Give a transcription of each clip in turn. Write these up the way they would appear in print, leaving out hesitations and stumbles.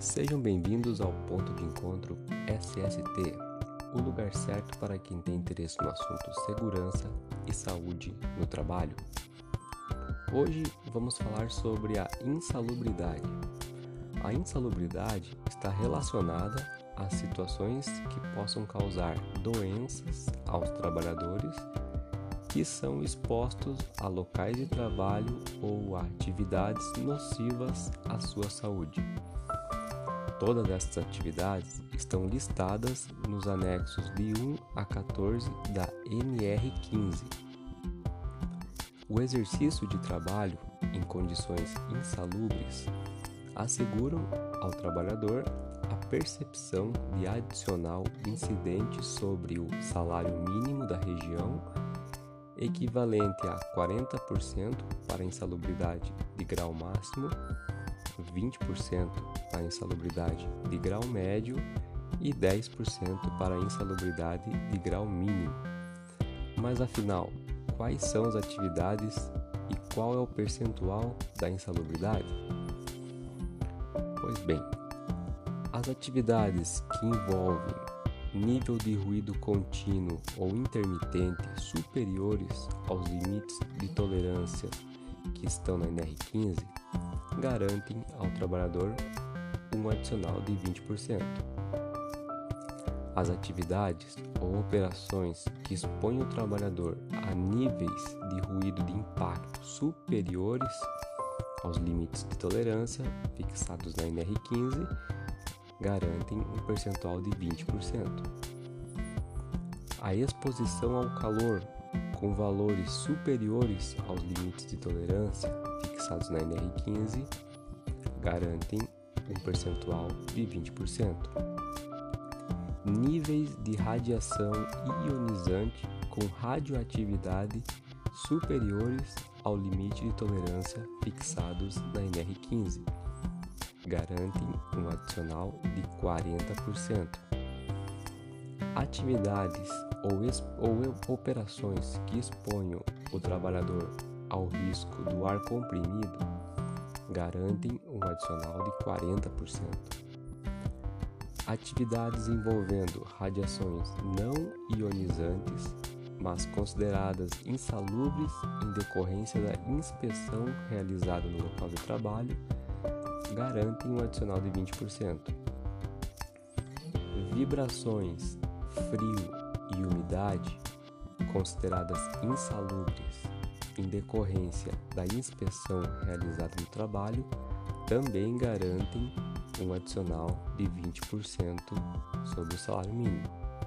Sejam bem-vindos ao Ponto de Encontro SST, o lugar certo para quem tem interesse no assunto segurança e saúde no trabalho. Hoje vamos falar sobre a insalubridade. A insalubridade está relacionada a situações que possam causar doenças aos trabalhadores que são expostos a locais de trabalho ou a atividades nocivas à sua saúde. Todas essas atividades estão listadas nos anexos de 1 a 14 da NR15. O exercício de trabalho em condições insalubres asseguram ao trabalhador a percepção de adicional incidente sobre o salário mínimo da região, equivalente a 40% para a insalubridade de grau máximo, 20% para a insalubridade de grau médio e 10% para a insalubridade de grau mínimo. Mas afinal, quais são as atividades e qual é o percentual da insalubridade? Pois bem, as atividades que envolvem nível de ruído contínuo ou intermitente superiores aos limites de tolerância que estão na NR15 garantem ao trabalhador um adicional de 20%. As atividades ou operações que expõem o trabalhador a níveis de ruído de impacto superiores aos limites de tolerância fixados na NR15 garantem um percentual de 20%. A exposição ao calor com valores superiores aos limites de tolerância fixados na NR15 garantem um percentual de 20%. Níveis de radiação ionizante com radioatividade superiores ao limite de tolerância fixados na NR15 garantem um adicional de 40%. Atividades ou operações que exponham o trabalhador ao risco do ar comprimido garantem um adicional de 40%. Atividades envolvendo radiações não ionizantes, mas consideradas insalubres em decorrência da inspeção realizada no local de trabalho, garantem um adicional de 20%. Vibrações, frio e umidade, consideradas insalubres em decorrência da inspeção realizada no trabalho, também garantem um adicional de 20% sobre o salário mínimo.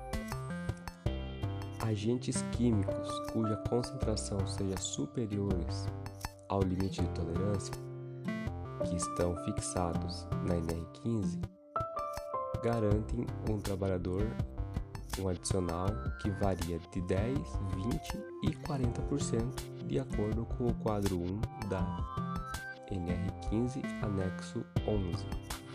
Agentes químicos cuja concentração seja superiores ao limite de tolerância, que estão fixados na NR15, garantem um trabalhador um adicional que varia de 10%, 20% e 40% de acordo com o quadro 1 da NR15, anexo 11.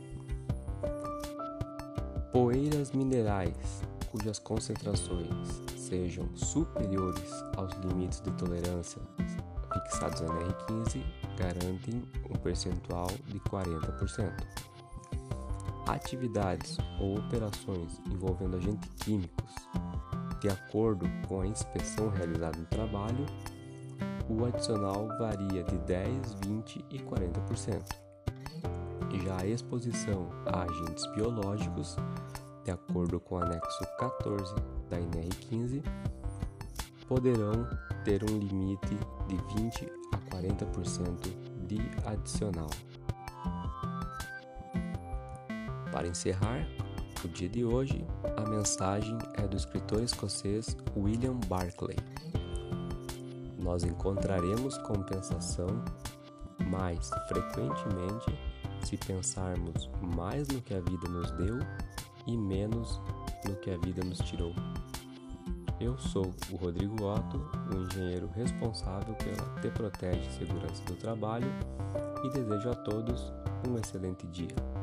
Poeiras minerais cujas concentrações sejam superiores aos limites de tolerância fixados na NR15 garantem um percentual de 40%. Atividades ou operações envolvendo agentes químicos, de acordo com a inspeção realizada no trabalho, o adicional varia de 10%, 20% e 40%. Já a exposição a agentes biológicos, de acordo com o anexo 14 da NR15, poderão ter um limite de 20% a 40% de adicional. Para encerrar o dia de hoje, a mensagem é do escritor escocês William Barclay. Nós encontraremos compensação mais frequentemente se pensarmos mais no que a vida nos deu e menos no que a vida nos tirou. Eu sou o Rodrigo Otto, o engenheiro responsável pela Te Protege Segurança do Trabalho e desejo a todos um excelente dia.